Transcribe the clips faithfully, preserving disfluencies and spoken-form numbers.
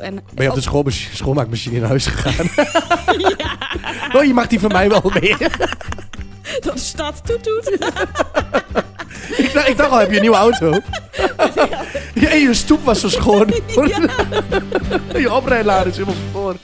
En, Ben je op de schoolmachine, schoonmaakmachine in huis gegaan? Ja. Oh, je mag die van mij wel mee. Dat staat toet toet. ik, dacht, ik dacht al, heb je een nieuwe auto? Ja. Je stoep was zo schoon. Ja. Je oprijlader is helemaal schoon.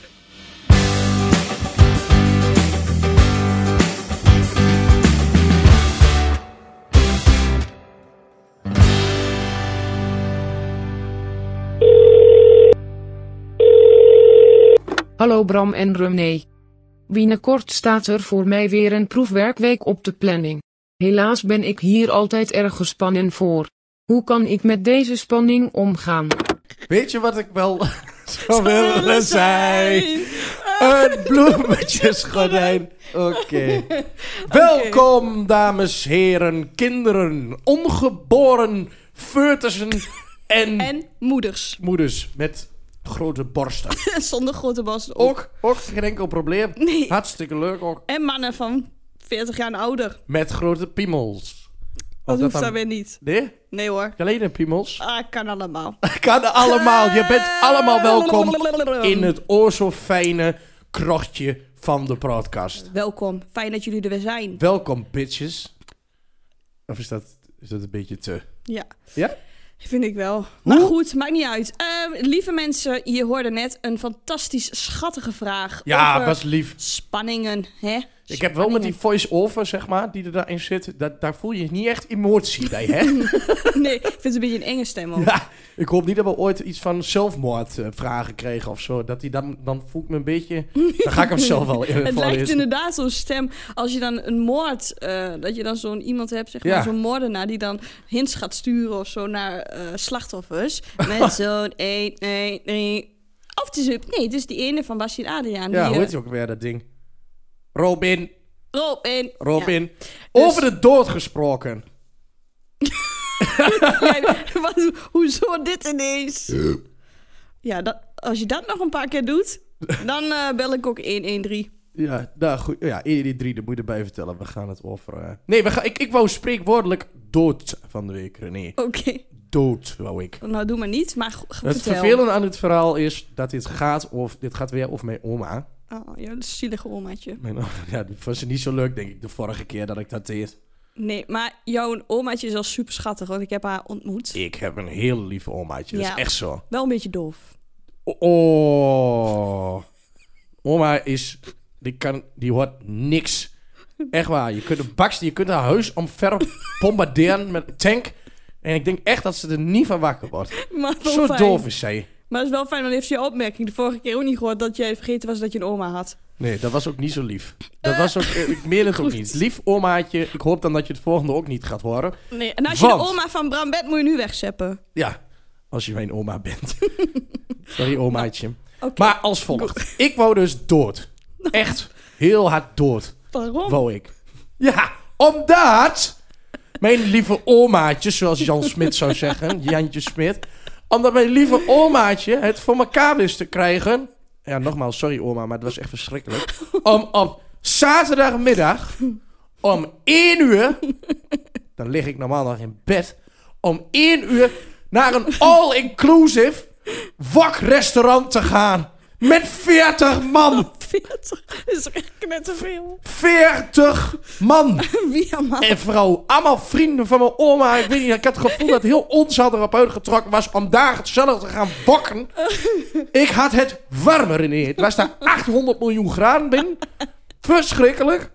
Hallo Bram en René. Binnenkort staat er voor mij weer een proefwerkweek op de planning. Helaas ben ik hier altijd erg gespannen voor. Hoe kan ik met deze spanning omgaan? Weet je wat ik wel zou willen zijn? Een bloemetjesgordijn. Oké. Okay. Okay. Welkom, dames, heren, kinderen, ongeboren foetussen en... En moeders. Moeders met... grote borsten. Zonder grote borsten ook. ook. Ook geen enkel probleem. Nee. Hartstikke leuk ook. En mannen van veertig jaar en ouder. Met grote piemels. Dat hoeft dan weer niet. Nee? Nee hoor. Alleen een piemels? Ah, kan allemaal. Kan allemaal. Je bent allemaal welkom in het o zo fijne krochtje van de podcast. Welkom. Fijn dat jullie er weer zijn. Welkom, bitches. Of is dat, is dat een beetje te... Ja. Ja? Vind ik wel. Maar Hoe? Goed, maakt niet uit. Uh, lieve mensen, je hoorde net een fantastisch schattige vraag. Ja, over was lief. Spanningen, hè? Ik heb wel met die voice-over, zeg maar, die er daarin zit, dat, daar voel je niet echt emotie bij, hè? Nee, ik vind het een beetje een enge stem ook. Ja, ik hoop niet dat we ooit iets van zelfmoordvragen uh, kregen of zo. Dat die dan, dan voel ik me een beetje... Dan ga ik hem zelf wel in het lijkt inderdaad zo'n stem, als je dan een moord, uh, dat je dan zo'n iemand hebt, zeg maar, ja. zo'n moordenaar die dan hints gaat sturen of zo naar uh, slachtoffers. Met zo'n één, nee, nee. Of het is, nee, het is die ene van Bastien Adriaan. Ja, die, hoe heet je ook weer, dat ding? Robin. Robin. Robin. Ja. Over dus... de dood gesproken. ja, wat, hoezo dit ineens? Uh. Ja, dat, als je dat nog een paar keer doet, dan uh, bel ik ook één één drie. Ja, nou goed. Ja, één één drie, dat moet je erbij vertellen. We gaan het over... Uh... Nee, we gaan, ik, ik wou spreekwoordelijk dood van de week, René. Oké. Okay. Dood, wou ik. Nou, doe maar niet, maar g- Het vertel. vervelende aan dit verhaal is dat dit gaat over... Dit gaat weer over mijn oma. Oh, ja, dat zielige omaatje. Mijn, ja, dat was niet zo leuk, denk ik, de vorige keer dat ik dat deed. Nee, maar jouw omaatje is al super schattig, want ik heb haar ontmoet. Ik heb een heel lieve omaatje, ja, dat is echt zo. Wel een beetje doof. Oh. Oma is... Die, kan, die hoort niks. Echt waar. Je kunt een bakst, je kunt haar huis omver bombarderen met een tank. En ik denk echt dat ze er niet van wakker wordt. Zo fijn. Doof is zij. Maar het is wel fijn, want heeft ze je opmerking de vorige keer ook niet gehoord dat jij vergeten was dat je een oma had. Nee, dat was ook niet zo lief. Dat uh, was ook, ik meen het ook niet. Lief omaatje, ik hoop dan dat je het volgende ook niet gaat horen. Nee, en als je want, de oma van Bram bent, moet je nu wegzeppen. Ja, als je mijn oma bent. Sorry, omaatje. Okay. Maar als volgt. Ik wou dus dood. Echt heel hard dood. Waarom? Wou ik. Ja, omdat mijn lieve omaatje, zoals Jan Smit zou zeggen, Jantje Smit, omdat mijn lieve omaatje het voor elkaar wist te krijgen. Ja, nogmaals, sorry oma, maar het was echt verschrikkelijk. Om op zaterdagmiddag om één uur, dan lig ik normaal nog in bed, om één uur naar een all-inclusive wokrestaurant te gaan. Met veertig man. veertig? Dat is echt net te veel. veertig man. Wie allemaal? En vrouw, allemaal vrienden van mijn oma. Ik weet niet, ik had het gevoel dat heel ons had erop uitgetrokken was om daar hetzelfde te gaan wokken. Ik had het warmer in. Het was daar achthonderd miljoen graden binnen. Verschrikkelijk.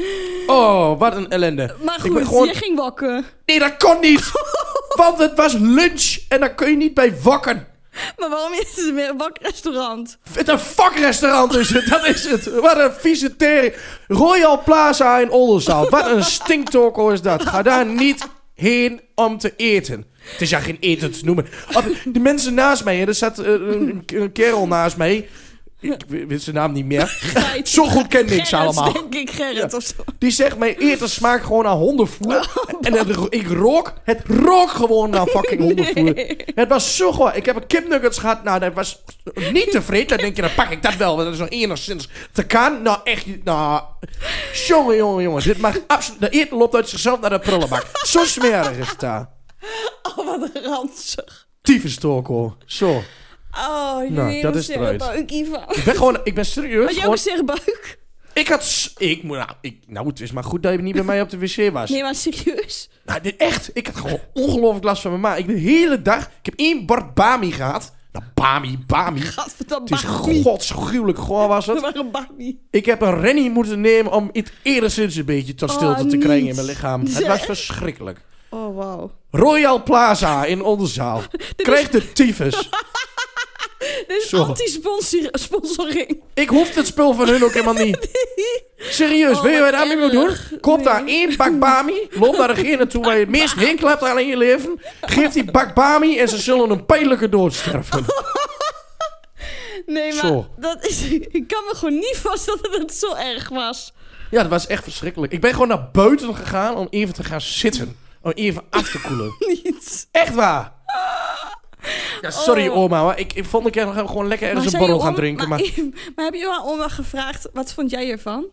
Oh, wat een ellende. Maar goed, ik gewoon... je ging wokken. Nee, dat kon niet. Want het was lunch en daar kun je niet bij wokken. Maar waarom is het weer een wakrestaurant? Het een vakrestaurant is het, dat is het. Wat een vieze tering. Royal Plaza in Oldenzaal. Wat een stinktoko is dat. Ga daar niet heen om te eten. Het is ja geen eten te noemen. De mensen naast mij, er zat een, een kerel naast mij. Ik weet zijn naam niet meer. Geit, zo goed kende ik ze allemaal. denk ik Gerrit ja. of zo. Die zegt, mijn eten smaakt gewoon naar hondenvoer. Oh, en het, ik rook, het rook gewoon naar fucking hondenvoer. Nee. Het was zo goed. Ik heb een kipnuggets gehad. Nou, dat was niet tevreden. Dan denk je, dan pak ik dat wel. Want dat is nog enigszins te kan. Nou, echt. Nou, jongen, jongen, jongen. Dit mag absoluut. De eten loopt uit zichzelf naar de prullenbak. Zo smerig is het daar. Oh, wat ranzig. Tyfus toko. Zo. Oh, je Nou, hebt dat een is eruit. buik, Ivan. Ik ben gewoon, ik ben serieus. Had jij ook Gewoon, een sterrenbuik? ik had, s- ik, moet- nou, ik, nou, het is maar goed dat je niet bij mij op de wc was. Nee, maar serieus? Nou, dit echt, ik had gewoon ongelooflijk last van mijn maag. Ik ben de hele dag, ik heb één bord Bami gehad. Nou, Bami, Bami. Gadverdamme, Het is Bami. godsgruwelijk goor was Dat het. was een Bami. Ik heb een rennie moeten nemen om het enigszins een beetje tot stilte Oh, te krijgen in niet. mijn lichaam. Het was verschrikkelijk. Oh, wauw. Royal Plaza in Oldenzaal. Krijg de tyfus. Dit is Zo. anti-sponsoring. Ik hoef het spul van hun ook helemaal niet. Serieus, Oh, weet je wat je wat daarmee moet doen? erg. Koop Nee. daar één bak Bami. Loop naar degene toe waar je het meest heen klapt aan in je leven. Geef die bak Bami en ze zullen een pijnlijke dood sterven. Nee, maar Zo. dat is... Ik kan me gewoon niet vaststellen dat het zo erg was. Ja, dat was echt verschrikkelijk. Ik ben gewoon naar buiten gegaan om even te gaan zitten. Om even af te koelen. Niet. Echt waar. Ja, sorry Oh. oma, maar ik, ik vond ik nog gewoon lekker ergens een zei je borrel gaan om- drinken. Maar, Maar, maar heb je aan oma gevraagd, wat vond jij ervan?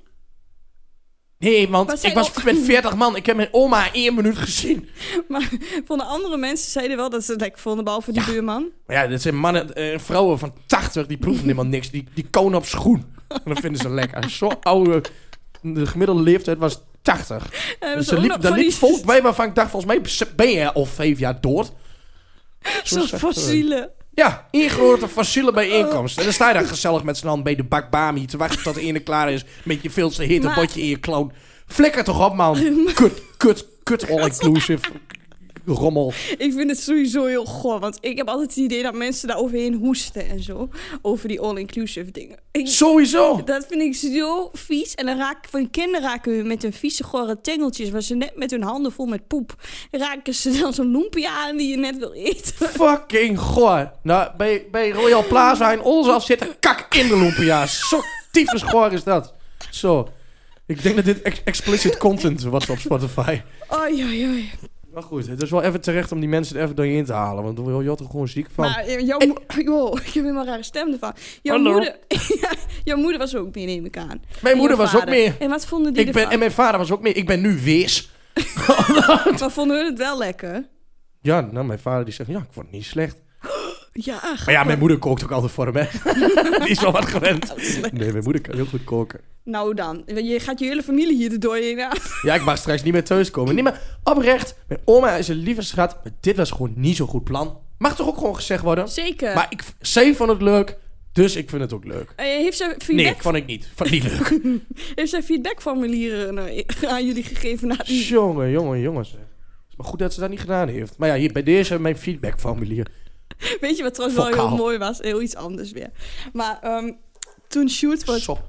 nee, want Maar ik zei was o- met veertig man. Ik heb mijn oma één minuut gezien. Maar vonden andere mensen zeiden wel dat ze het lekker vonden, behalve die Ja. buurman. Maar ja, dit zijn mannen en vrouwen van tachtig. Die proeven helemaal niks. Die, die konen op schoen. En dat vinden ze lekker. Zo oude... De gemiddelde leeftijd was tachtig. En Dus ze er ook liep, nog daar van liep die- volk bij waarvan ik dacht, volgens mij ben je al vijf jaar dood. Zo Zo'n is het, fossielen. Ja, één grote fossiele bijeenkomst. En dan sta je daar gezellig met z'n allen bij de bak Bami te wachten tot de ene klaar is met je veel te hete Maar- botje in je kloon. Flikker toch op, man. Kut, kut, kut all-inclusive rommel. Ik vind het sowieso heel goor, want ik heb altijd het idee dat mensen daar overheen hoesten en zo. Over die all-inclusive dingen. Ik, Sowieso. dat vind ik zo vies. En dan raken van die kinderen raken hun met hun vieze gore tengeltjes, waar ze net met hun handen vol met poep, raken ze dan zo'n lumpia aan die je net wil eten. Fucking goor. Nou, bij, bij Royal Plaza in Oldenzaal zit er kak in de lumpia's. Zo tyfus goor is dat. Zo. Ik denk dat dit ex- explicit content wordt op Spotify. Oei, oei, oei. Maar goed, het is wel even terecht om die mensen er even doorheen te halen. Want dan word je er gewoon ziek van. Maar eh, jouw mo- joh, ik heb helemaal een rare stem ervan. Jouw Hallo. moeder, ja, jouw moeder was ook mee, neem ik aan. Mijn En moeder jouw was ook vader. mee. En wat vonden die Ik ben, ervan? en mijn vader was ook mee. Ik ben nu wees. Maar vonden hun het wel lekker? Ja, nou, mijn vader die zegt, ja, ik vond het niet slecht. Ja, Maar ja, mijn moeder kookt ook altijd voor hem, hè. Die is wel wat gewend. slecht. Nee, mijn moeder kan heel goed koken. Nou dan, je gaat je hele familie hier erdoor heen aan. Ja, ik mag straks niet meer thuiskomen. Nee, maar oprecht, mijn oma is een lieve schat. Maar dit was gewoon niet zo'n goed plan. Mag toch ook gewoon gezegd worden? Zeker. Maar ik, zij vond het leuk, dus ik vind het ook leuk. Eh, heeft zij Nee, feedback, vond ik niet. Vond niet leuk. heeft zij feedbackformulieren eh, aan jullie gegeven? Na die... Jongen, jongen, jongens. Het is maar goed dat ze dat niet gedaan heeft. Maar ja, hier bij deze mijn feedbackformulier. Weet je wat trouwens wel Vocaal. heel mooi was? Heel iets anders weer. Maar ehm, toen Shoot voor het, Sop.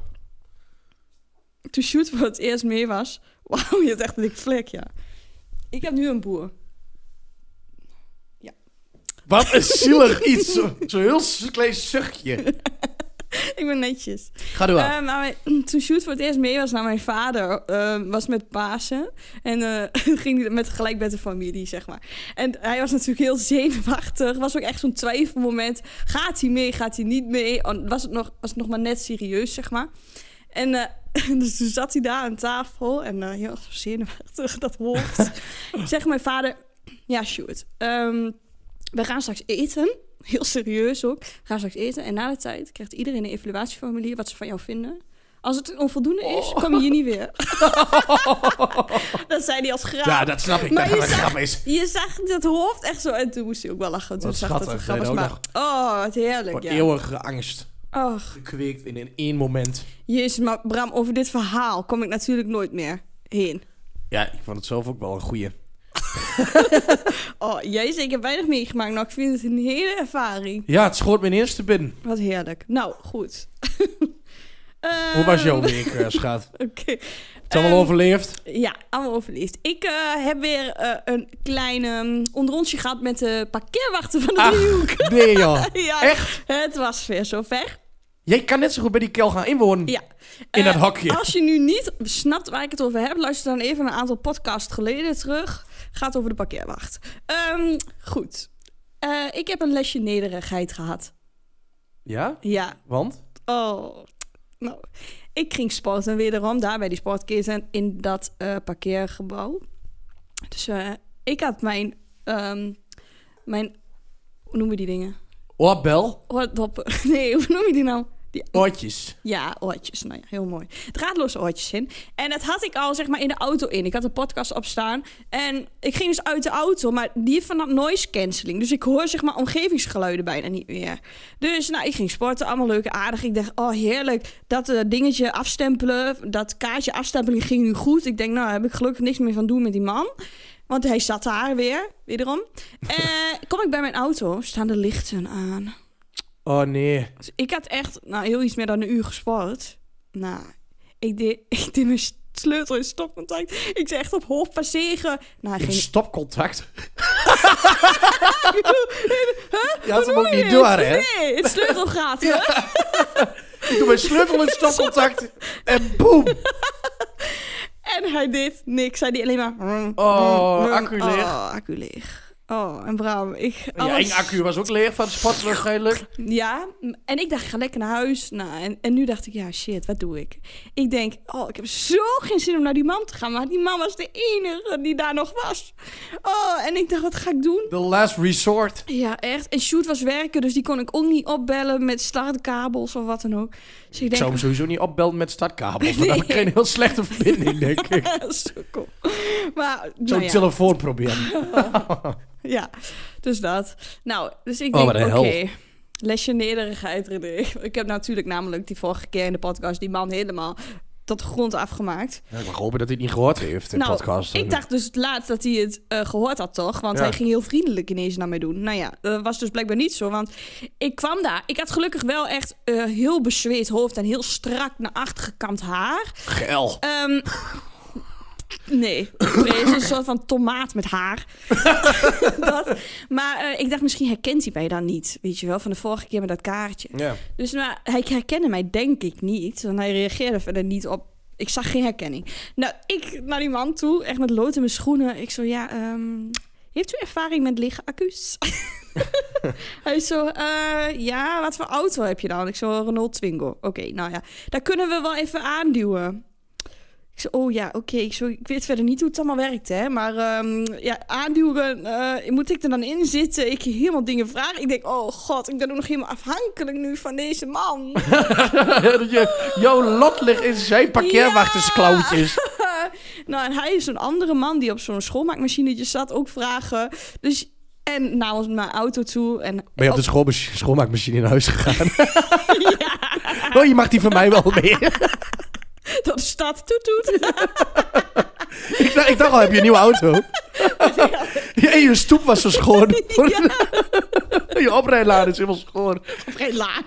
toen Shoot voor het eerst mee was... Wauw, je hebt echt een dik vlek, ja. Ik heb nu een boer. Wat een zielig iets. Zo'n zo heel klein zuchtje. Ik ben netjes. Ga door. Eh, maar mijn- toen Sjoerd voor het eerst mee was naar mijn vader, eh, was met Pasen. En eh, ging hij met, gelijk met de familie, zeg maar. En hij was natuurlijk heel zenuwachtig. Was ook echt zo'n twijfelmoment. Gaat hij mee, gaat hij niet mee? Oh, was, het nog, was het nog maar net serieus, zeg maar. En eh, dus toen zat hij daar aan tafel en uh, heel zenuwachtig, dat hoofd. Zegt mijn vader, ja Sjoerd, um, we gaan straks eten. Heel serieus ook. We gaan straks eten. En na de tijd krijgt iedereen een evaluatieformulier wat ze van jou vinden. Als het onvoldoende is, Oh. kom je hier niet weer. Dat zei hij als grap. Ja, dat snap ik. Maar dat je het een zag- grap is. Je zag dat hoofd echt zo. En toen moest hij ook wel lachen. Toen Wat zag dat het schattig, grap was. zei hij Maar, oh, wat heerlijk. Voor Ja. eeuwige angst. Och, Gekweekt in, in één moment. jezus, maar Bram, over dit verhaal kom ik natuurlijk nooit meer heen. Ja, ik vond het zelf ook wel een goeie. Oh, jezus, ik heb weinig meegemaakt. Nou, ik vind het een hele ervaring. Ja, het schoot mijn eerste binnen. Wat heerlijk. Nou, goed. Hoe was Ehm, jouw week, uh, schat? Oké. Het allemaal Ehm, overleefd? Ja, allemaal overleefd. Ik uh, heb weer uh, een klein um, onderontje gehad met de parkeerwachten van de Ach, driehoek. nee joh. Ja, Echt? het was weer zover. Jij kan net zo goed bij die kel gaan inwonen. Ja. In dat Eh, hokje. Als je nu niet snapt waar ik het over heb, luister dan even een aantal podcasts geleden terug. Gaat over de parkeerwacht. Um, goed. Uh, ik heb een lesje nederigheid gehad. Ja? Ja. Want? Oh. Nou, ik ging sporten wederom daar bij die sportketen in dat uh, parkeergebouw. Dus uh, ik had mijn, um, mijn, hoe noemen we die dingen? Oorbel? Oordoppen. Nee, hoe noem je die nou? Die... Oortjes. Ja, oortjes. Nou ja, heel mooi. Draadloze oortjes in. En dat had ik al, zeg maar, in de auto in. Ik had de podcast opstaan. En ik ging dus uit de auto, maar die heeft van dat noise cancelling. Dus ik hoor, zeg maar, omgevingsgeluiden bijna niet meer. Dus, nou, ik ging sporten. Allemaal leuk en aardig. Ik dacht, oh, heerlijk. Dat uh, dingetje afstempelen, dat kaartje afstempeling ging nu goed. Ik denk, nou, daar heb ik gelukkig niks meer van doen met die man. Want hij zat daar weer, wederom. En uh, kom ik bij mijn auto, staan de lichten aan. Oh, nee. Dus ik had echt nou, heel iets meer dan een uur gesport. Nou, ik deed, ik deed mijn sleutel in stopcontact. Ik zei echt op hoog passeren. Nou, in geen... stopcontact? huh? Je had hem ook niet door, hè? Nee, het sleutelgat. Ja. Ik doe mijn sleutel in stopcontact en boem. En hij deed niks. Hij deed alleen maar... Oh, accu leeg. Oh, accu leeg. Oh, en Bram, ik... En je één accu was ook leeg van het sport waarschijnlijk. Ja, en ik dacht, ik ga lekker naar huis. Nou, en, en nu dacht ik, ja, shit, wat doe ik? Ik denk, oh, ik heb zo geen zin om naar die man te gaan. Maar die man was de enige die daar nog was. Oh, en ik dacht, wat ga ik doen? The last resort. Ja, echt. En Sjoerd was werken, dus die kon ik ook niet opbellen met startkabels of wat dan ook. Dus ik, denk, ik zou hem sowieso niet opbellen met startkabels. Want dan heb ik geen heel slechte verbinding, denk ik. Sukkel. Maar, Zo'n nou ja. telefoon proberen. Ja, dus dat. Nou, dus ik Oh, denk, oké, okay, lesje nederigheid, René. Ik heb natuurlijk namelijk die vorige keer in de podcast die man helemaal tot de grond afgemaakt. Ja, ik mag hopen dat hij het niet gehoord heeft in de nou, podcast. Ik dacht dus laatst dat hij het uh, gehoord had, toch? Want ja. hij ging heel vriendelijk ineens naar mij doen. Nou ja, dat was dus blijkbaar niet zo. Want ik kwam daar. Ik had gelukkig wel echt uh, heel bezweet hoofd en heel strak naar achter gekamd haar. Geil. Um, Nee, nee, het is een soort van tomaat met haar. dat. Maar uh, ik dacht, misschien herkent hij mij dan niet. Weet je wel, van de vorige keer met dat kaartje. Ja. Dus maar, hij herkende mij denk ik niet. Want hij reageerde verder niet op... Ik zag geen herkenning. Nou, ik naar die man toe, echt met lood in mijn schoenen. Ik zo, ja, um, heeft u ervaring met lege accu's? Hij zo, uh, ja, wat voor auto heb je dan? Ik zo, Renault Twingo. Oké, okay, nou ja, daar kunnen we wel even aanduwen. Ik zei, oh ja, oké. Okay. Ik, ik weet verder niet hoe het allemaal werkt, hè. Maar um, ja, aanduwen, uh, moet ik er dan in zitten? Ik helemaal dingen vragen. Ik denk, oh god, ik ben ook nog helemaal afhankelijk nu van deze man. Dat je, jouw lot ligt in zijn parkeerwachtersklauwtjes. Ja. Nou, en hij is zo'n andere man die op zo'n schoonmaakmachinetje zat. Ook vragen. Dus... En naar mijn auto toe. En ben je op de school- schoonmaakmachine in huis gegaan? Ja. Oh, je mag die van mij wel mee. Door de stad, toet toet. ik, dacht, ik dacht al, heb je een nieuwe auto? En je stoep was zo schoon. Ja. Je oprijlaan is helemaal schoon. Oprijlaan?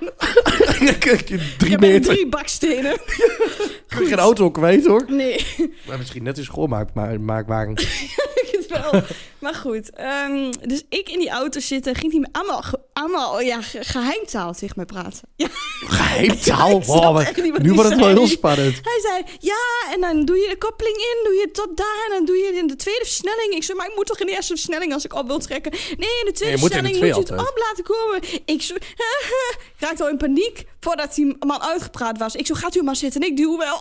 Drie meter. Drie bakstenen. Kun je geen auto kwijt, hoor? Nee. Maar misschien net een schoonmaakwagen. Wel. Maar goed, um, dus ik in die auto zitten, ging hij me allemaal, ge, allemaal ja, ge, geheimtaal tegen mij praten. Ja. Geheimtaal? Ja, wow, maar, nu wordt het wel heel spannend. Hij zei, ja, en dan doe je de koppeling in, doe je tot daar, en dan doe je in de tweede versnelling. Ik zei, maar ik moet toch in de eerste versnelling als ik op wil trekken? Nee, in de tweede nee, versnelling moet, moet je het op laten komen. Ik zo, ik raakte al in paniek voordat die man uitgepraat was. Ik zo, gaat u maar zitten, ik duw wel.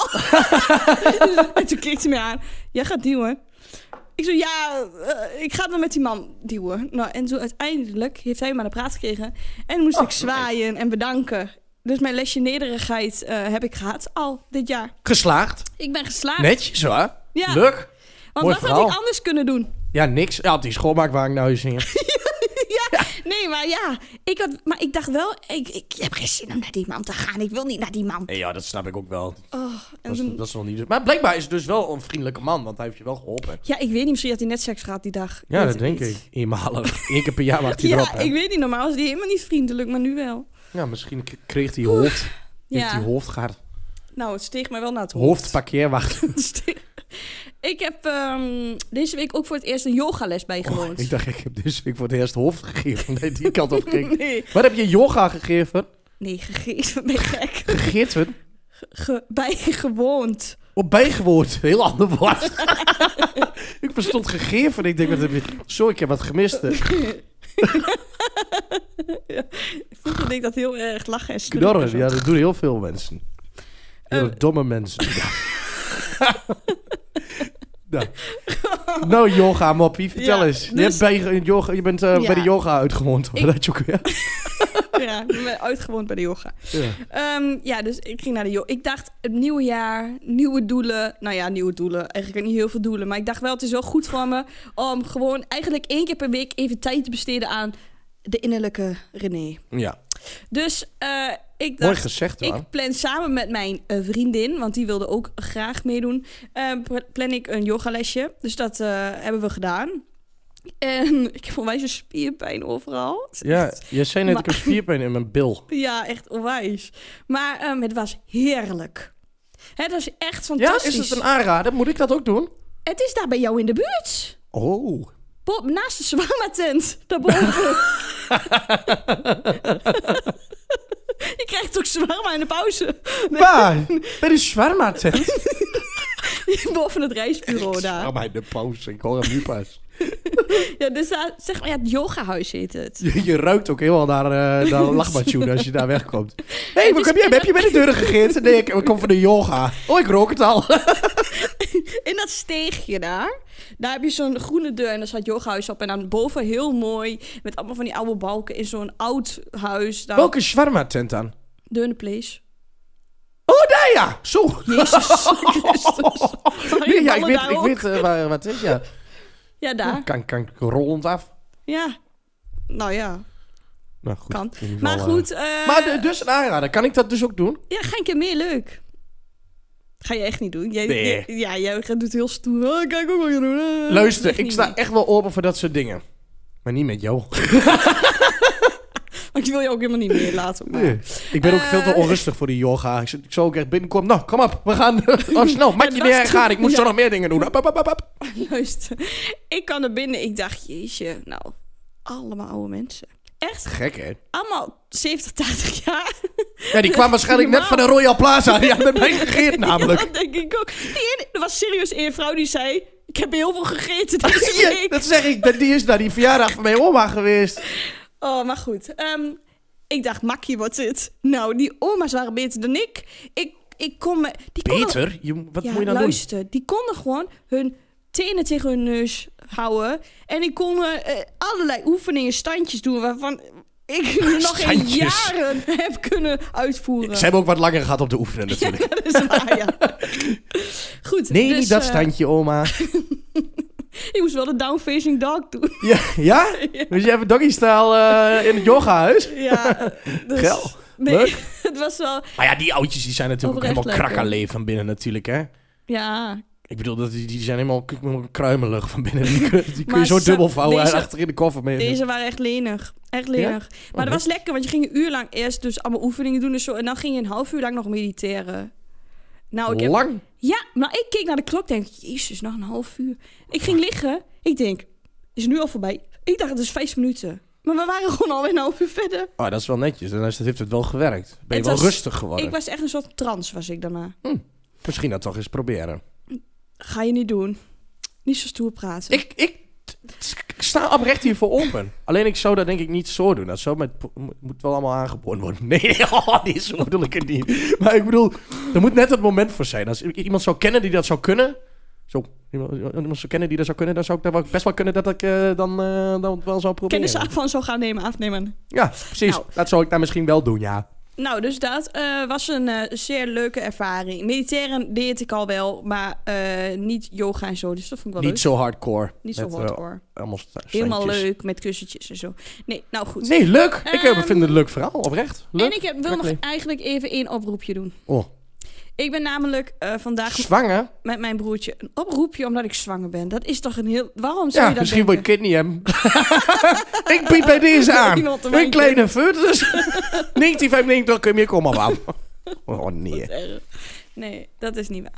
En toen keek hij me aan, jij gaat duwen. Ik zo, ja, uh, ik ga dan met die man duwen. Nou, en zo uiteindelijk heeft hij me aan de praat gekregen. En moest oh, ik zwaaien okay. en bedanken. Dus mijn lesje nederigheid uh, heb ik gehad al dit jaar. Geslaagd? Ik ben geslaagd. Netjes hoor. Ja. Leuk. Want Mooi wat verhaal. had ik anders kunnen doen? Ja, niks. Ja, op die schoonmaakwagen nou zingen. ja, ja, nee, maar ja. Ik had, maar ik dacht wel, ik, ik heb geen zin om naar die man te gaan. Ik wil niet naar die man. Nee, ja, dat snap ik ook wel. Oh, dat, is, dat is nog niet... Maar blijkbaar is het dus wel een vriendelijke man, want hij heeft je wel geholpen. Ja, ik weet niet, misschien had hij net seks gehad die dag. Ja, dat denk niet. ik. Eenmalig. Eén keer per jaar wacht hij ja, erop. Ja, ik weet niet, normaal is hij helemaal niet vriendelijk, maar nu wel. Ja, misschien kreeg hij hoofd. Ja. Heeft hij hoofd gehad. Nou, het steeg mij wel naar het hoofd. Hoofdparkeerwacht. Ik heb um, deze week ook voor het eerst een yogales bijgewoond. Oh, ik dacht, ik heb deze week voor het eerst hoofd gegeven. Nee, die kant op ging. Nee. Wat heb je yoga gegeven? Nee, gegeven. Ben je gek? Gegeten? Ge- bijgewoond. Op bijgewoond. Heel ander woord. Ik verstond gegeven. Ik denk, wat heb je... Zo, ik heb wat gemist. Ja, vroeger deed ik dat heel erg lachen en sturen. Knorren, ja, dat doen heel veel mensen. Heel uh, domme mensen. Nou. nou, yoga, moppie. Vertel ja, eens. Dus... Je, hebt bij, yoga, je bent uh, ja. bij de yoga uitgewoond. Ik... Dat je ook weer. Ja, ik ben uitgewoond bij de yoga. Ja. Um, ja, dus ik ging naar de yoga. Ik dacht, het nieuwe jaar, nieuwe doelen. Nou ja, nieuwe doelen. Eigenlijk niet heel veel doelen. Maar ik dacht wel, het is wel goed voor me om gewoon eigenlijk één keer per week even tijd te besteden aan de innerlijke René. Ja. Dus uh, ik dacht, mooi gezegd, hoor. Ik plan samen met mijn uh, vriendin, want die wilde ook graag meedoen, uh, plan ik een yogalesje. Dus dat uh, hebben we gedaan. En ik heb onwijs een spierpijn overal. Ja, je zei net, maar, ik heb spierpijn in mijn bil. Ja, echt onwijs. Maar um, het was heerlijk. Het was echt fantastisch. Ja, is het een aanrader? Moet ik dat ook doen? Het is daar bij jou in de buurt. Oh. Bo- naast de shawarma-tent. Daarboven. Je krijgt ook shawarma in de pauze. Nee. Waar? Bij de shawarma-tent? Boven het reisbureau daar. Shawarma in de pauze. Ik hoor hem nu pas. Ja, dus daar, zeg maar, ja, het yogahuis heet het. Je, je ruikt ook helemaal naar, uh, naar lachmatjoen als je daar wegkomt. Hé, hey, heb, je, heb je bij de deuren gegeten? Nee, ik, ik kom van de yoga. Oh, ik rook het al. In dat steegje daar, daar heb je zo'n groene deur en daar staat yogahuis op. En dan boven heel mooi, met allemaal van die oude balken in zo'n oud huis. Daar... Welke shawarma-tent dan? Dunne Place. Oh, daar ja! Zo! Jezus Christus. Nee, ja, ik weet, ik weet uh, waar wat het is, ja. Ja, daar. Kan, kan ik rollend af? Ja. Nou ja. Nou, goed. Kan. Geval, maar goed. Uh... Maar dus een aanrader. Kan ik dat dus ook doen? Ja, ga een keer meer leuk. Ga je echt niet doen. Jij, nee. jij, ja, jij doet heel stoer. Oh, kijk ook wat je doen. Uh, Luister, ik sta mee. echt wel open voor dat soort dingen. Maar niet met jou. Want ik wil je ook helemaal niet meer laten. Maar... Nee. Ik ben ook uh, veel te onrustig voor die yoga. Ik, ik zou ook echt binnenkomen. Nou, kom op. We gaan oh, snel. Maak je neer en gaan. Ik moet ja. zo nog meer dingen doen. Up, up, up, up. Luister. Ik kan er binnen. Ik dacht, jeetje. Nou, allemaal oude mensen. Echt? Gek, hè? Allemaal zeventig, tachtig jaar. Ja, die kwam waarschijnlijk net van de Royal Plaza. Die had met mij gegeten namelijk. Ja, dat denk ik ook. Die ene, er was serieus een vrouw die zei... Ik heb heel veel gegeten deze ja, week. Dat zeg ik. Die is naar die verjaardag van mijn oma geweest. Oh, maar goed. Um, ik dacht, makkie, wat dit? Nou, die oma's waren beter dan ik. Ik, ik kon me... Die beter? Konden, je, wat ja, moet je dan luister, doen? Die konden gewoon hun tenen tegen hun neus houden. En die konden uh, allerlei oefeningen, standjes doen... waarvan ik nog in jaren heb kunnen uitvoeren. Ze hebben ook wat langer gehad om te oefenen natuurlijk. Ja, dat is waar, ja. Goed. Nee, dus, niet dat uh, standje, oma. Je moest wel de down-facing dog doen. Ja? Ja? Ja. Dus je hebt een doggy-style uh, in het yogahuis? Ja. Dus, Gel. Nee, leuk. Het was wel... Maar ja, die oudjes die zijn natuurlijk ook helemaal krakkerlee van binnen natuurlijk, hè? Ja. Ik bedoel, dat die, die zijn helemaal, helemaal kruimelig van binnen. Die, die kun je zo dubbel vouwen deze, en achter in de koffer mee. Deze waren echt lenig. Echt lenig. Ja? Maar oh, dat was lekker, want je ging een uur lang eerst dus allemaal oefeningen doen en zo. En dan ging je een half uur lang nog mediteren. Nou, ik heb, lang? Ja, maar ik keek naar de klok en denk, jezus, nog een half uur. Ik ging liggen. Ik denk, is het nu al voorbij? Ik dacht, het is vijf minuten. Maar we waren gewoon alweer een half uur verder. Oh, dat is wel netjes. En dan heeft het wel gewerkt. Ben je het wel was, rustig geworden? Ik was echt een soort trance, was ik daarna. Hm, misschien dat toch eens proberen. Ga je niet doen. Niet zo stoer praten. Ik, ik, ik sta oprecht hiervoor open. Alleen ik zou dat denk ik niet zo doen. Dat zou met, moet wel allemaal aangeboren worden. Nee, oh, nee, zo bedoel ik het niet. Maar ik bedoel, er moet net het moment voor zijn. Als ik iemand zou kennen die dat zou kunnen... Zo, iemand, iemand zou kennen die dat zou kunnen... dan zou ik daar best wel kunnen dat ik uh, dan, uh, dan wel zou proberen. Kennis van zou gaan nemen, afnemen. Ja, precies. Nou. Dat zou ik daar misschien wel doen, ja. Nou, dus dat uh, was een uh, zeer leuke ervaring. Mediteren deed ik al wel, maar uh, niet yoga en zo. Dus dat vond ik wel niet leuk. Niet zo hardcore. Niet zo hardcore. Uh, Helemaal leuk, met kussentjes en zo. Nee, nou goed. Nee, leuk. Um, ik uh, vind het een leuk verhaal, oprecht. Leuk. En ik heb, wil nog eigenlijk even één oproepje doen. Oh. Ik ben namelijk uh, vandaag... Zwanger? Met mijn broertje. Een oproepje omdat ik zwanger ben. Dat is toch een heel... Waarom zou ja, je dat misschien denken? wil je het kind niet hebben. Ik bied bij deze aan. Een kleine foetus. negentien vijfennegentig kun je komen aan. Oh nee. Nee, dat is niet waar.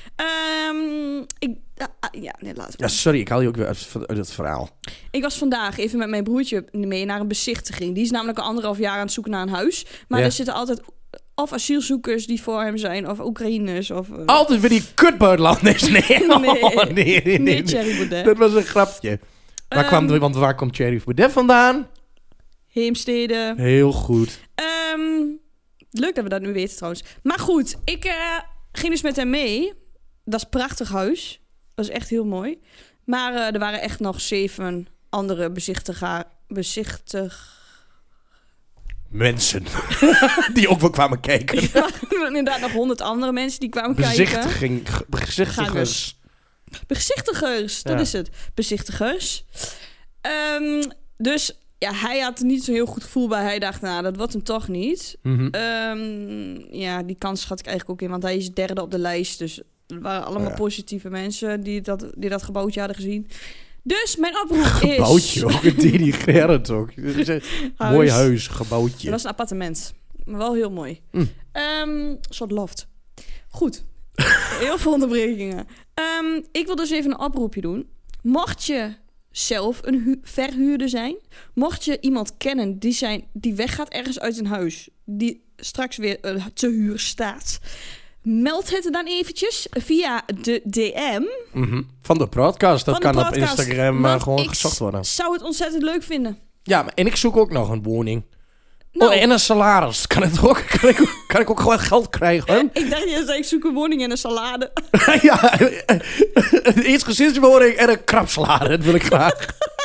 Um, ik, uh, ja, nee, laat ja, sorry, ik haal je ook weer uit, uit het verhaal. Ik was vandaag even met mijn broertje mee naar een bezichtiging. Die is namelijk al anderhalf jaar aan het zoeken naar een huis. Maar ja. Er zitten altijd... Of asielzoekers die voor hem zijn, of Oekraïners. Of, uh... Altijd weer die kutbuitenlanders. Nee, oh, nee. nee, nee, nee, nee Thierry Baudet. Dat was een grapje. Waar, um, kwam, want waar komt Thierry Baudet vandaan? Heemstede. Heel goed. Um, leuk dat we dat nu weten trouwens. Maar goed, ik uh, ging dus met hem mee. Dat is een prachtig huis. Dat is echt heel mooi. Maar uh, er waren echt nog zeven andere bezichtiga- bezichtig... mensen. Die ook wel kwamen kijken. Er waren inderdaad nog honderd andere mensen die kwamen Bezichtiging, kijken. bezichtigers. Bezichtigers, dat Ja. is het. Bezichtigers. Um, dus ja, hij had niet zo'n heel goed gevoel bij. Hij dacht, nou, dat wordt hem toch niet. Mm-hmm. Um, ja, die kans schat ik eigenlijk ook in. Want hij is derde op de lijst. Dus er waren allemaal Ja. positieve mensen die dat, die dat gebouwtje hadden gezien. Dus mijn oproep is... Gebouwtje ook, denigrerend ook. Huis. Mooi huis, gebouwtje. Dat was een appartement. Maar wel heel mooi. Mm. Um, een soort loft. Goed. Heel veel onderbrekingen. Um, ik wil dus even een oproepje doen. Mocht je zelf een hu- verhuurder zijn... mocht je iemand kennen die, zijn, die weggaat ergens uit een huis... die straks weer uh, te huur staat... meld het dan eventjes via de D M. Mm-hmm. Van de podcast. Dat Van de kan op podcast, Instagram uh, want gewoon ik gezocht worden. zou het ontzettend leuk vinden. Ja, maar, en ik zoek ook nog een woning. Nou, Oh, en een salaris. Kan, het ook, kan, ik, kan ik ook gewoon geld krijgen? ik dacht, je zei, ik zoek een woning en een salade. Ja, een eensgezinswoning en een krapsalade. Dat wil ik graag.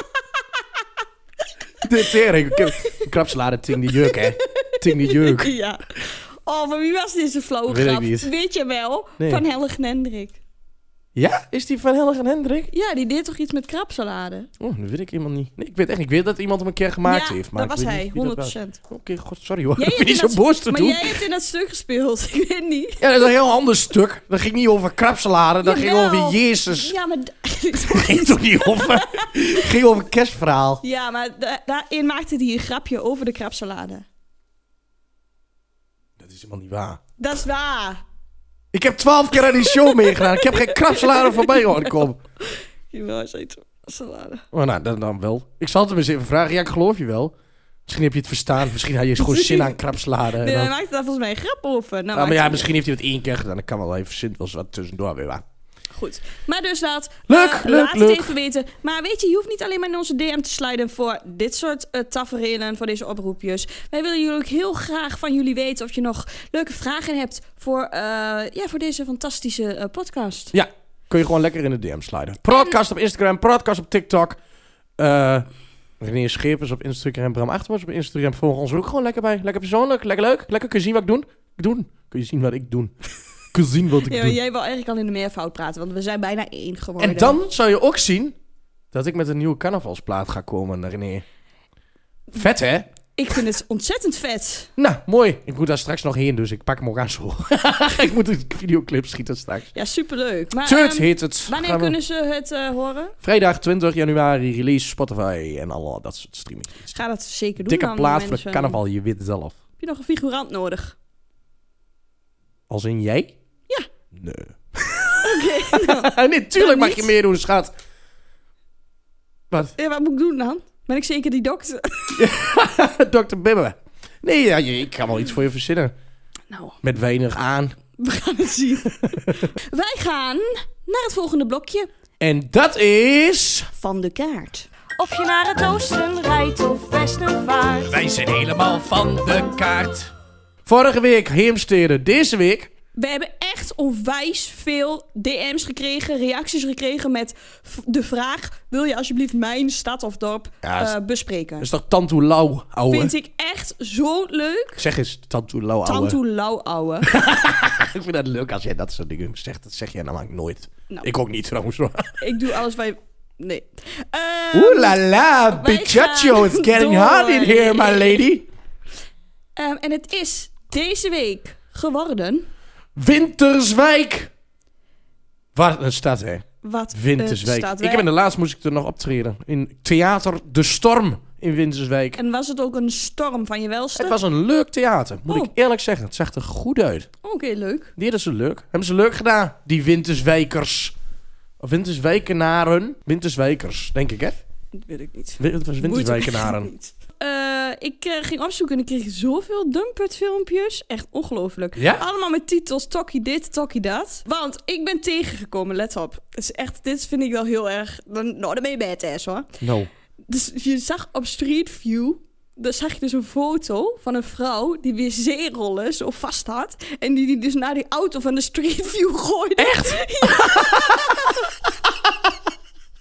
De tering. Een krapsalade, ting die juk, hè. Ting die juk. Ja. Oh, maar wie was deze flauwe Weet ik grap? niet. Weet je wel? Nee. Van Helgen Hendrik. Ja? Is die van Helgen Hendrik? Ja, die deed toch iets met krapsalade? Oh, dat weet ik helemaal niet. Nee, ik weet echt niet. Ik weet dat iemand hem een keer gemaakt ja, heeft. Maar dat ik was weet hij, niet wie dat honderd was. procent. Oké, god, sorry hoor. Jij Ik hebt vind in niet zo dat- boos te maar doen. jij hebt in dat stuk gespeeld. Ik weet niet. Ja, dat is een heel ander stuk. Dat ging niet over krapsalade. Dat ging Jawel. over Jezus. Ja, maar... d- Dat ging toch niet over... Het ging over een kerstverhaal. ja, maar da- daarin maakte hij een grapje over de krapsalade. Dat is helemaal niet waar. Dat is waar. Ik heb twaalf keer aan die show meegedaan. Ik heb geen krapsalade voorbij horen komen. Jawel, hij zei salade. Oh, nou, dan, dan wel. Ik zal het hem eens even vragen. Ja, ik geloof je wel. Misschien heb je het verstaan. Misschien had je gewoon zin aan krapsalade. en Nee, dan- hij maakte daar volgens mij een grap over. Nou, Ja, maakt maar ja, het- misschien heeft hij het één keer gedaan. Ik kan wel even zin wel eens wat tussendoor weer waar. Goed. Maar dus laat, Leuk, uh, leuk, laat leuk. het even weten. Maar weet je, je hoeft niet alleen maar in onze D M te sliden voor dit soort uh, taferelen, voor deze oproepjes. Wij willen jullie ook heel graag van jullie weten of je nog leuke vragen hebt voor, uh, ja, voor deze fantastische uh, podcast. Ja, kun je gewoon lekker in de D M sliden. Podcast op Instagram, podcast op TikTok. Uh, René Schepers op Instagram, Bram Achtermans op Instagram. Volg ons er ook gewoon lekker bij. Lekker persoonlijk, lekker leuk. Lekker, kun je zien wat ik doe? Ik doe. Kun je zien wat ik doe? Kun je zien wat ik Ja, doe? jij wil eigenlijk al in de meervoud praten, want we zijn bijna één geworden. En dan zou je ook zien dat ik met een nieuwe carnavalsplaat ga komen, René. Vet, hè? Ik vind het ontzettend vet. Nou, mooi. Ik moet daar straks nog heen, dus ik pak hem ook aan zo. Ik moet een videoclip schieten straks. Ja, superleuk. Maar, Tut um, heet het. wanneer Gaan we- kunnen ze het uh, horen? Vrijdag twintig januari, release Spotify en al dat soort streaming. Ga dat zeker doen. Dikke dan, plaat voor de mensen. carnaval, je weet het zelf. Heb je nog een figurant nodig? Als in jij? Ja. Nee. Oké. nou. nee, tuurlijk Dan mag je niet. meedoen, schat. Wat? Ja, wat moet ik doen dan? Ben ik zeker die dokter? dokter Bibbe. Nee, ja, je- ik ga wel iets voor je verzinnen. Nou, Met weinig aan. we gaan het zien. Wij gaan naar het volgende blokje En dat is... van de kaart. Of je naar het oosten rijdt of westen vaart. Wij zijn helemaal van de kaart. Vorige week Heemstede, deze week... We hebben echt onwijs veel D M's gekregen, reacties gekregen met v- de vraag: wil je alsjeblieft mijn stad of dorp Ja, is- eh, bespreken? Dat is toch Tantoe Lauw, ouwe? Vind ik echt zo leuk. Zeg eens Tantoe Lauw, ouwe. Tantoe lauw, ouwe. Ik vind dat leuk als jij dat soort dingen zegt. Dat zeg jij namelijk nooit. Nou. Ik ook niet trouwens. Oeh Ik doe alles bij. Nee. Ehm, la la, wij Pichacho, gaan it's getting door. hot in here, my lady. ehm, en het is deze week geworden. Winterswijk. Wat een stad, hè? Wat Winterswijk. een stad. Ik heb in de laatst moest ik er nog optreden. In Theater De Storm in Winterswijk. En was het ook een storm van je welste? Het was een leuk theater, moet Oh. ik eerlijk zeggen. Het zag er goed uit. Oké, leuk. Die hadden ze leuk. Hebben ze leuk gedaan, die Winterswijkers. Of Winterswijkenaren. Winterswijkers, denk ik, hè? Dat weet ik niet. Wi- Het was Winterswijkenaren. Niet. Eh, ik eh, ging opzoeken en ik kreeg zoveel Dumpert filmpjes. Echt ongelooflijk. Ja? Allemaal met titels Tokkie dit, Tokkie dat. Want ik ben tegengekomen, let op. Het is echt, dit vind ik wel heel erg... Dan, nou, dan ben je badass hoor. No. Dus je zag op Street View... Dan zag je dus een foto van een vrouw die wc-rollen zo vast had. En die die dus naar die auto van de Street View gooide. Echt?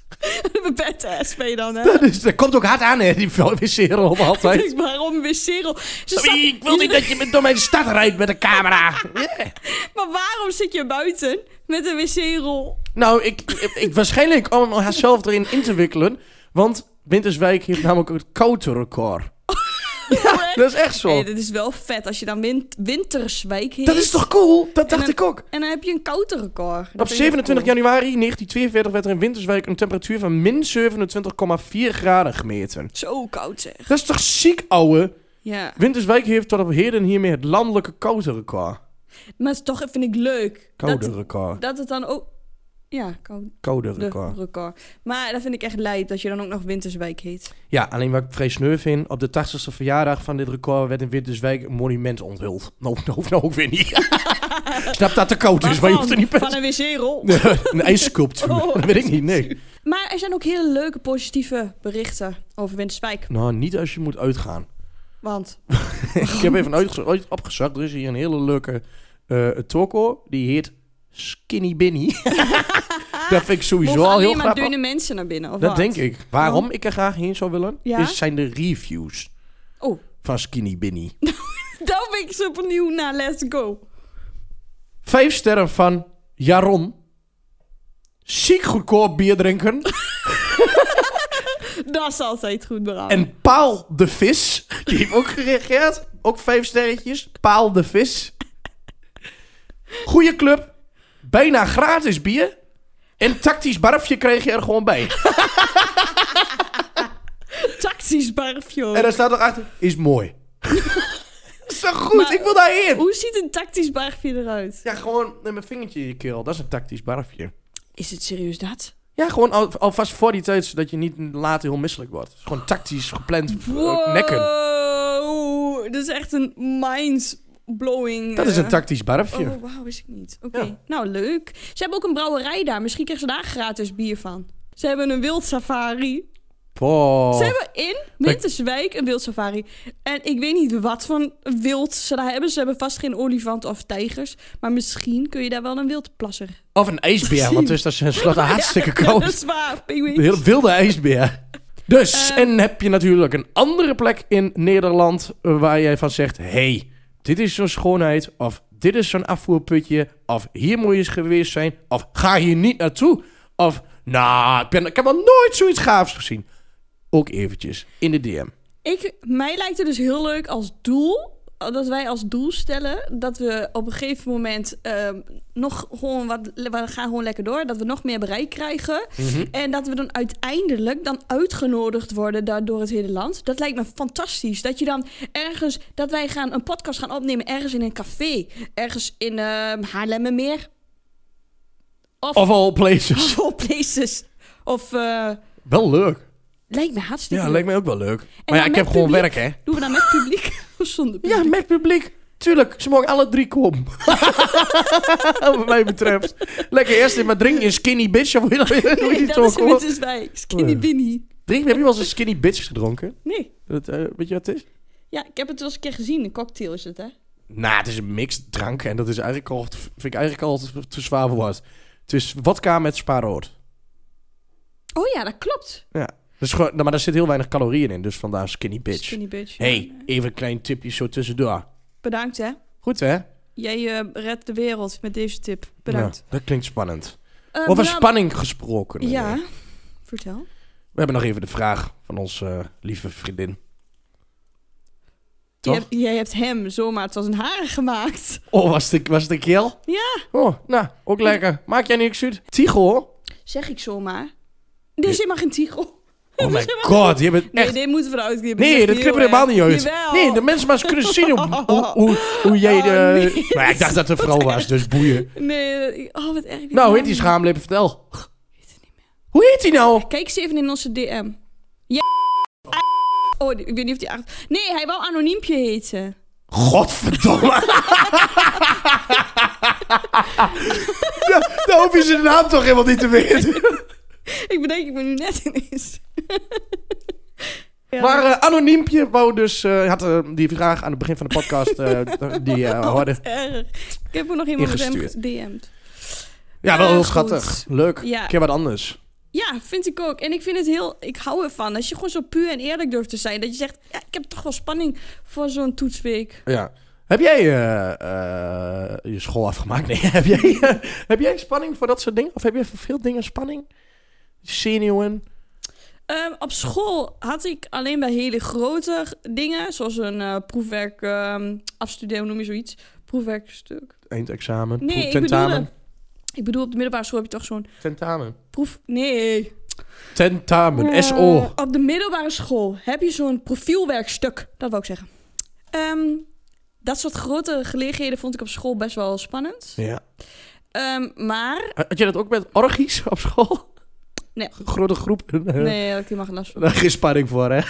Badass ben je dan, hè? Dat, is, dat komt ook hard aan, hè, die wc-rol altijd. Ik, waarom wc-rol? Ik wil niet dat je door mijn stad rijdt met een camera. Yeah. Maar waarom zit je buiten met een wc-rol? Nou, ik, ik, ik waarschijnlijk om haarzelf erin in te wikkelen. Want Winterswijk heeft namelijk het koude record. Ja, dat is echt zo. Hey, dit is wel vet als je dan win- Winterswijk heet. Dat is toch cool? Dat dacht dan, ik ook. En dan heb je een koude record. Op zevenentwintig januari negentien tweeënveertig werd er in Winterswijk een temperatuur van min zevenentwintig komma vier graden gemeten. Zo koud zeg. Dat is toch ziek, ouwe? Ja. Winterswijk heeft tot op heden hiermee het landelijke koude record. Maar het is toch vind ik leuk. Koude dat, record. Dat het dan ook... Ja, koude Koude record. record. Maar dat vind ik echt leid dat je dan ook nog Winterswijk heet. Ja, alleen wat ik vrij sneu vind, op de tachtigste verjaardag van dit record werd in Winterswijk een monument onthuld. Nou, dat hoeft nou ook weer niet. Snap dat te koud is, maar je hoeft er niet... Van een wc-rol? Nee, een ijssculptuur, Oh, dat weet ik niet, nee. Maar er zijn ook hele leuke positieve berichten over Winterswijk. Nou, niet als je moet uitgaan. Want? Ik heb even uitge- uit opgezocht, er is hier een hele leuke uh, toko, die heet Skinny Binny. Dat vind ik sowieso Mogen al heel alleen maar grappig. dunne mensen naar binnen, of Dat wat? denk ik. Waarom ik er graag heen zou willen, Ja? is, zijn de reviews Oh, van Skinny Binny. daar ben ik super nieuw naar. Let's go. Vijf sterren van Jaron. Ziek goedkoop bier drinken. Dat is altijd goed, Bram. En Paal de Vis. Die heeft ook gereageerd. Ook vijf sterretjes. Paal de Vis. Goeie club. Bijna gratis bier. En tactisch barfje kreeg je er gewoon bij. Tactisch barfje. En daar staat erachter. Is mooi. Dat is toch goed? Maar- ik wil daarheen. Hoe ziet een tactisch barfje eruit? Ja, gewoon met mijn vingertje in je keel. Dat is een tactisch barfje. Is het serieus dat? Ja, gewoon al, alvast voor die tijd, zodat je niet later heel misselijk wordt. Het is gewoon tactisch gepland uh, nekken. Wow, dat is echt een mind-blowing... Dat is een eh, tactisch barfje. Oh, wauw, wist ik niet. Oké, Ja. nou leuk. Ze hebben ook een brouwerij daar. Misschien krijgen ze daar gratis bier van. Ze hebben een wildsafari. Oh. Ze hebben in Winterswijk een wildsafari. En ik weet niet wat voor wild ze daar hebben. Ze hebben vast geen olifanten of tijgers. Maar misschien kun je daar wel een wildplasser. Of een ijsbeer, want dus dat is tenslotte hartstikke Ja, koud. dat is waar. Een hele wilde ijsbeer. Dus, Uh, en heb je natuurlijk een andere plek in Nederland uh, waar jij van zegt... hey, dit is zo'n schoonheid, of dit is zo'n afvoerputje... of hier moet je eens geweest zijn, of ga hier niet naartoe... of, nou, ik, ben, ik heb nog nooit zoiets gaafs gezien. Ook eventjes in de D M. Ik, mij lijkt het dus heel leuk als doel... dat wij als doel stellen... dat we op een gegeven moment... Um, nog gewoon wat... we gaan gewoon lekker door... dat we nog meer bereik krijgen... Mm-hmm. en dat we dan uiteindelijk... dan uitgenodigd worden daar door het hele land. Dat lijkt me fantastisch. Dat je dan ergens... dat wij gaan een podcast gaan opnemen... ergens in een café. Ergens in uh, Haarlemmermeer. Of, Of all places. of all places. Of... Uh, Wel leuk. lijkt me hartstikke Ja, leuk. lijkt mij ook wel leuk. En Maar ja, dan ik heb met gewoon publiek? werk, hè. Doen we dan met publiek of zonder publiek? Ja, met publiek. Tuurlijk, ze mogen alle drie komen. Wat mij betreft. Lekker eerst in maar drink je skinny bitch. Of hoe je dat, hoe je Nee, die dat toch is hoort. Winterswijk. Skinny Oh. Binny. Drink, heb je wel eens een skinny bitch gedronken? Nee. Dat, uh, weet je wat het is? Ja, ik heb het wel eens een keer gezien. Een cocktail is het, hè? Nou, het is een mixed drank. En dat is eigenlijk al, vind ik eigenlijk al te, te zwaar voor wat. Het is vodka met spaarrood. Oh ja, dat klopt. Ja. Dus gewoon, nou, maar daar zit heel weinig calorieën in. Dus vandaar skinny bitch. Skinny bitch. ja. Hey, even een klein tipje zo tussendoor. Bedankt, hè. Goed, hè? Jij uh, redt de wereld met deze tip. Bedankt. Nou, dat klinkt spannend. Uh, Over Bram- spanning gesproken. Ja, Nee. vertel. We hebben nog even de vraag van onze uh, lieve vriendin. Je Toch? hebt, jij hebt hem zomaar tot een haar gemaakt. Oh, was het, was het een keel? Ja. Oh, nou, ook lekker. Maak jij niks uit? Tigo? Zeg ik zomaar. Dit is helemaal geen tigo. Oh my Dat is helemaal god, je bent Nee, echt... dit moeten we eruit knippen. Nee, is echt dat heel knippen we helemaal erg. niet uit. Jawel. Nee, de mensen maar eens kunnen zien hoe, hoe, hoe, hoe jij Oh, de... nee. Nou ja, ik dacht dat het een vrouw was, dus boeien. Nee, oh, wat erg. Nou, hoe heet die schaamlippen? Vertel. Hoe heet die nou? Kijk eens even in onze D M. Ja. Oh, ik weet niet of die... achter- Nee, hij wou Anoniempje heten. Godverdomme. Dan dan hoef je zijn naam toch helemaal niet te weten. Ik bedenk ik me nu net ineens. Ja. Maar uh, Anoniempje wou dus... Uh, had uh, die vraag aan het begin van de podcast... Uh, die uh, Oh, hoorde. wat erg. Ik heb er nog iemand met hem Ingestuurd. gedM'd. Ja, wel Uh, heel goed. schattig. Leuk. Ja. Een keer wat anders. Ja, vind ik ook. En ik vind het heel... Ik hou ervan. Als je gewoon zo puur en eerlijk durft te zijn. Dat je zegt, ja, ik heb toch wel spanning voor zo'n toetsweek. Ja. Heb jij uh, uh, je school afgemaakt? Nee. heb, jij, uh, heb jij spanning voor dat soort dingen? Of heb je voor veel dingen spanning? Zenuwen? Um, op school had ik alleen bij hele grote dingen. Zoals een uh, proefwerk um, afstuderen, noem je zoiets. Proefwerkstuk. Eindexamen. Nee, proef, tentamen. Ik bedoel, ik bedoel, op de middelbare school heb je toch zo'n... Tentamen. Proef... Nee. Tentamen, uh, S O. Op de middelbare school heb je zo'n profielwerkstuk. Dat wou ik zeggen. Um, dat soort grote gelegenheden vond ik op school best wel spannend. Ja. Um, maar... Had je dat ook met orgies op school? Nee. Grote groep? Nee, daar heb ik helemaal geen last van. Daar geen spanning voor, hè?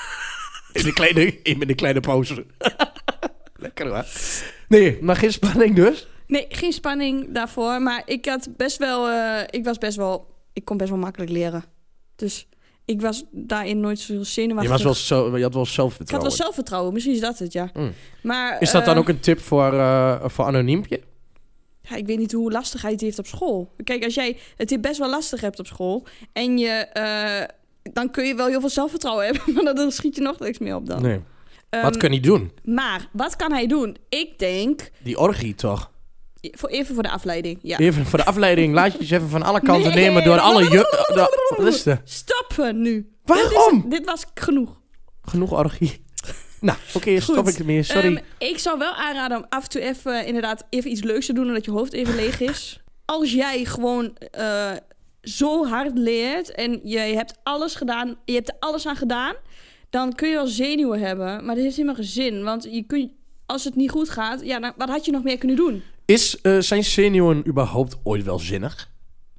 In de kleine, in de kleine pauze. Lekker hoor. Nee, maar geen spanning dus? Nee, geen spanning daarvoor. Maar ik had best wel... Uh, ik was best wel... Ik kon best wel makkelijk leren. Dus ik was daarin nooit zo zenuwachtig. Je, was wel zo, je had wel zelfvertrouwen. Ik had wel zelfvertrouwen. Misschien is dat het, ja. Mm. Maar, is dat dan uh, ook een tip voor, uh, voor Anoniempje? Ja, ik weet niet hoe lastig hij het heeft op school. Kijk, als jij het hier best wel lastig hebt op school... en je... Uh, dan kun je wel heel veel zelfvertrouwen hebben... maar dan schiet je nog niks meer op dan. Nee. Um, wat kan hij doen? Maar, wat kan hij doen? Ik denk... Die orgie toch? Voor, even voor de afleiding, ja. Even voor de afleiding. Laat je eens even van alle kanten nee. nemen door alle... Ju- door, wat is er? Stoppen nu. Waarom? Dit, is, dit was genoeg. Genoeg orgie. Nou, oké, okay, stop ik ermee. Sorry. Um, ik zou wel aanraden om af en toe even, inderdaad, even iets leuks te doen... omdat je hoofd even leeg is. Als jij gewoon uh, zo hard leert en je hebt alles gedaan... je hebt er alles aan gedaan... dan kun je wel zenuwen hebben. Maar dat heeft helemaal geen zin. Want je kun, als het niet goed gaat... ja, dan, wat had je nog meer kunnen doen? Is, uh, zijn zenuwen überhaupt ooit wel zinnig?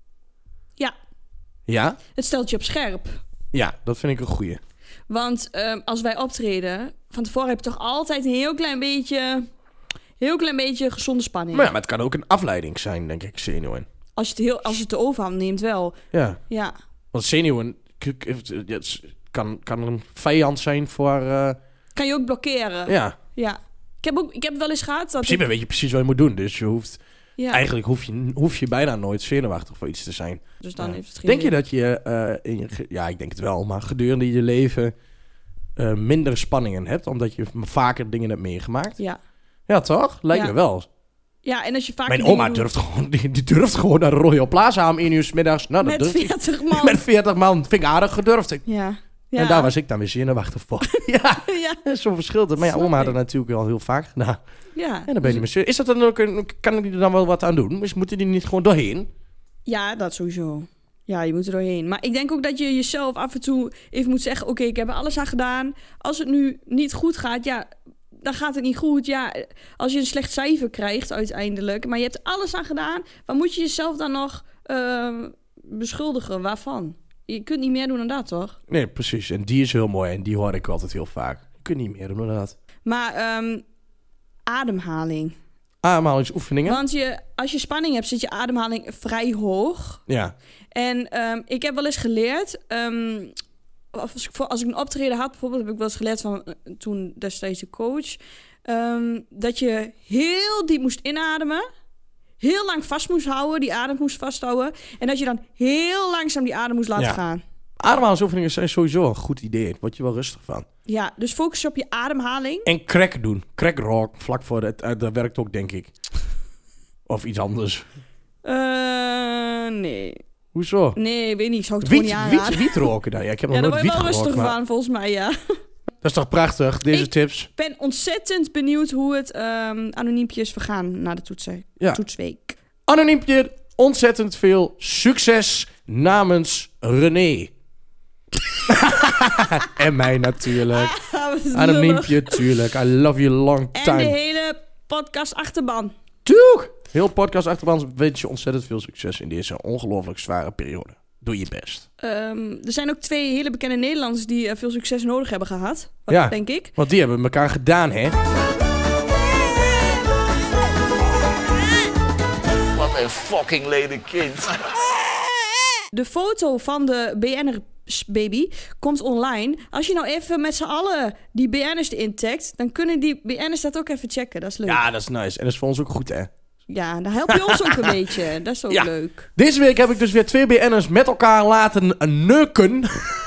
Ja. Ja? Het stelt je op scherp. Ja, dat vind ik een goeie. Want um, als wij optreden... van tevoren heb je toch altijd een heel klein beetje... heel klein beetje gezonde spanning. Maar ja, maar het kan ook een afleiding zijn, denk ik, zenuwen. Als je het, heel, als je het de overhand neemt wel. Ja. Ja. Want zenuwen kan, kan een vijand zijn voor... Uh... Kan je ook blokkeren. Ja. Ja. Ik heb, ook, ik heb wel eens gehad... dat in principe ik... weet je precies wat je moet doen. Dus je hoeft... Ja. Eigenlijk hoef je, hoef je bijna nooit zenuwachtig voor iets te zijn. Dus dan ja. heeft het geen denk idee. je dat je, uh, in je... Ja, ik denk het wel. Maar gedurende je leven... Uh, minder spanningen hebt. Omdat je vaker dingen hebt meegemaakt. Ja. Ja, toch? Lijkt ja. me wel. Ja, en als je vaak... Mijn oma doet... durft gewoon, die, die durft gewoon naar de Royal Plaza om één uur 's middags. Nou, dat met veertig man. Met veertig man. Vind ik aardig gedurfd. Ik. Ja. Ja. En daar was ik dan weer zenuwachtig voor. ja, ja. Zo verschilt het. Maar ja, oma had dat natuurlijk al heel vaak gedaan. Ja. En dan ben je niet meer... Is dat dan ook een... Kan ik er dan wel wat aan doen? Dus moeten die niet gewoon doorheen? Ja, dat sowieso. Ja, je moet er doorheen. Maar ik denk ook dat je jezelf af en toe even moet zeggen... oké, okay, ik heb er alles aan gedaan. Als het nu niet goed gaat, ja... dan gaat het niet goed. Ja, als je een slecht cijfer krijgt uiteindelijk... maar je hebt er alles aan gedaan... waar moet je jezelf dan nog uh, beschuldigen? Waarvan? Je kunt niet meer doen dan dat, toch? Nee, precies. En die is heel mooi. En die hoor ik altijd heel vaak. Je kunt niet meer doen dan dat. Maar um, ademhaling... Ademhalingsoefeningen. Want je, als je spanning hebt, zit je ademhaling vrij hoog. Ja. En um, ik heb wel eens geleerd... Um, als, ik, als ik een optreden had, bijvoorbeeld... heb ik wel eens geleerd van uh, toen destijds de coach... Um, dat je heel diep moest inademen... heel lang vast moest houden, die adem moest vasthouden... en dat je dan heel langzaam die adem moest laten ja. gaan. Ademhalingsoefeningen zijn sowieso een goed idee. Daar word je wel rustig van. Ja, dus focus je op je ademhaling. En crack doen. Crack rock, vlak voor het... Uh, dat werkt ook, denk ik. Of iets anders. Uh, nee. Hoezo? Nee, weet niet. Zou ik het wiet, gewoon niet aanraden. Wiet, wiet roken dan. Ja, ik heb nog ja, nooit wiet gerookt. Ja, daar word je wel rustig maar... van, volgens mij, ja. Dat is toch prachtig, deze ik tips. Ik ben ontzettend benieuwd hoe het um, anoniempjes vergaan na de toetsen, ja. toetsweek. Anoniempje, ontzettend veel succes namens René. En mij natuurlijk. Ah, Anoniempje, tuurlijk. I love you long time. En de hele podcast achterban. Tuurlijk. Heel podcast achterban wens je ontzettend veel succes in deze ongelooflijk zware periode. Doe je best. Um, er zijn ook twee hele bekende Nederlanders die uh, veel succes nodig hebben gehad. Wat, ja, denk ik. Want die hebben elkaar gedaan, hè? Wat een fucking lelijk kind. De foto van de B N'er baby komt online. Als je nou even met z'n allen die B N'ers erin tagt, dan kunnen die B N'ers dat ook even checken. Dat is leuk. Ja, dat is nice. En dat is voor ons ook goed, hè? Ja, dan help je ons ook een beetje. Dat is ook Ja. leuk. Deze week heb ik dus weer twee B N'ers met elkaar laten neuken.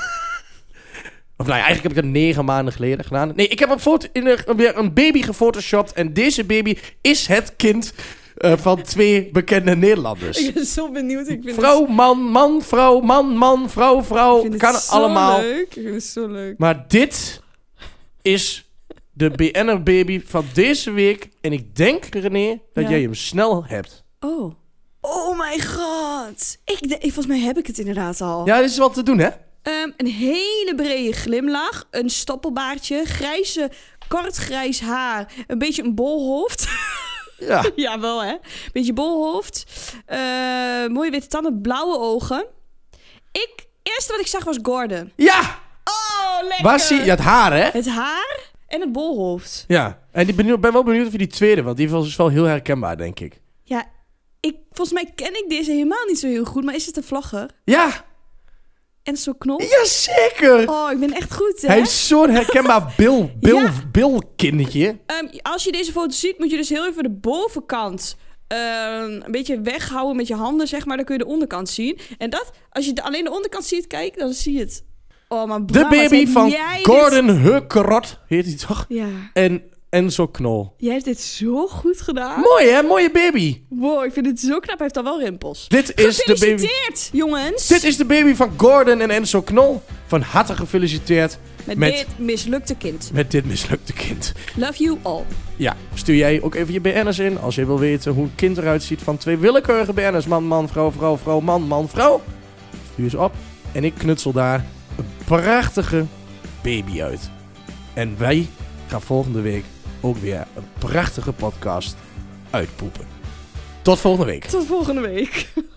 Of nou ja, eigenlijk heb ik dat negen maanden geleden gedaan. Nee, ik heb een foto in een, weer een baby gefotoshopt. En deze baby is het kind uh, van twee bekende Nederlanders. Ik ben zo benieuwd. Ik vind Vrouw, man, man, vrouw, man, man, vrouw, het, vrouw. ik vind Kan het zo allemaal. leuk. Ik vind het zo leuk. Maar dit is de B N'er baby van deze week. En ik denk, René, dat Ja. jij hem snel hebt. Oh. Oh my god. Ik, de, volgens mij heb ik het inderdaad al. Ja, dit is wat te doen, hè? Um, een hele brede glimlach. Een stoppelbaardje. Grijze, kort grijs haar. Een beetje een bolhoofd. Ja. Ja, wel hè. Beetje bolhoofd. Uh, mooie witte tanden. Blauwe ogen. Ik, eerste wat ik zag was Gordon. Ja! Oh, lekker. Waar zie je? Ja, het haar, hè? Het haar en het bolhoofd. Ja. En ik ben, ben wel benieuwd of je die tweede, want die was wel heel herkenbaar, denk ik. Ja, ik, volgens mij ken ik deze helemaal niet zo heel goed. Maar is het een vlagger? Ja! En zo'n knol? Jazeker! Oh, ik ben echt goed, hè? Hij heeft zo'n herkenbaar bil, bil, Ja. bilkindje. Um, als je deze foto ziet, moet je dus heel even de bovenkant um, een beetje weghouden met je handen, zeg maar. Dan kun je de onderkant zien. En dat, als je de, alleen de onderkant ziet, kijk, dan zie je het. Oh, maar De Bram, wat baby heb van jij Gordon Heukerot, heet hij toch? Dit... Ja, En, en zo'n knol. jij hebt dit zo goed gedaan. Mooi, hè? Mooie baby. Wow, ik vind het zo knap. Hij heeft al wel rimpels. Dit is de baby... Gefeliciteerd, jongens. Dit is de baby van Gordon en Enzo Knol. Van harte gefeliciteerd met, met, dit mislukte kind. met dit mislukte kind. Love you all. Ja, stuur jij ook even je B N'ers in als je wil weten hoe een kind eruit ziet van twee willekeurige B N'ers. Man, man, vrouw, vrouw, vrouw, man, man, vrouw. Stuur ze op en ik knutsel daar een prachtige baby uit. En wij gaan volgende week ook weer een prachtige podcast uitpoepen. Tot volgende week. Tot volgende week.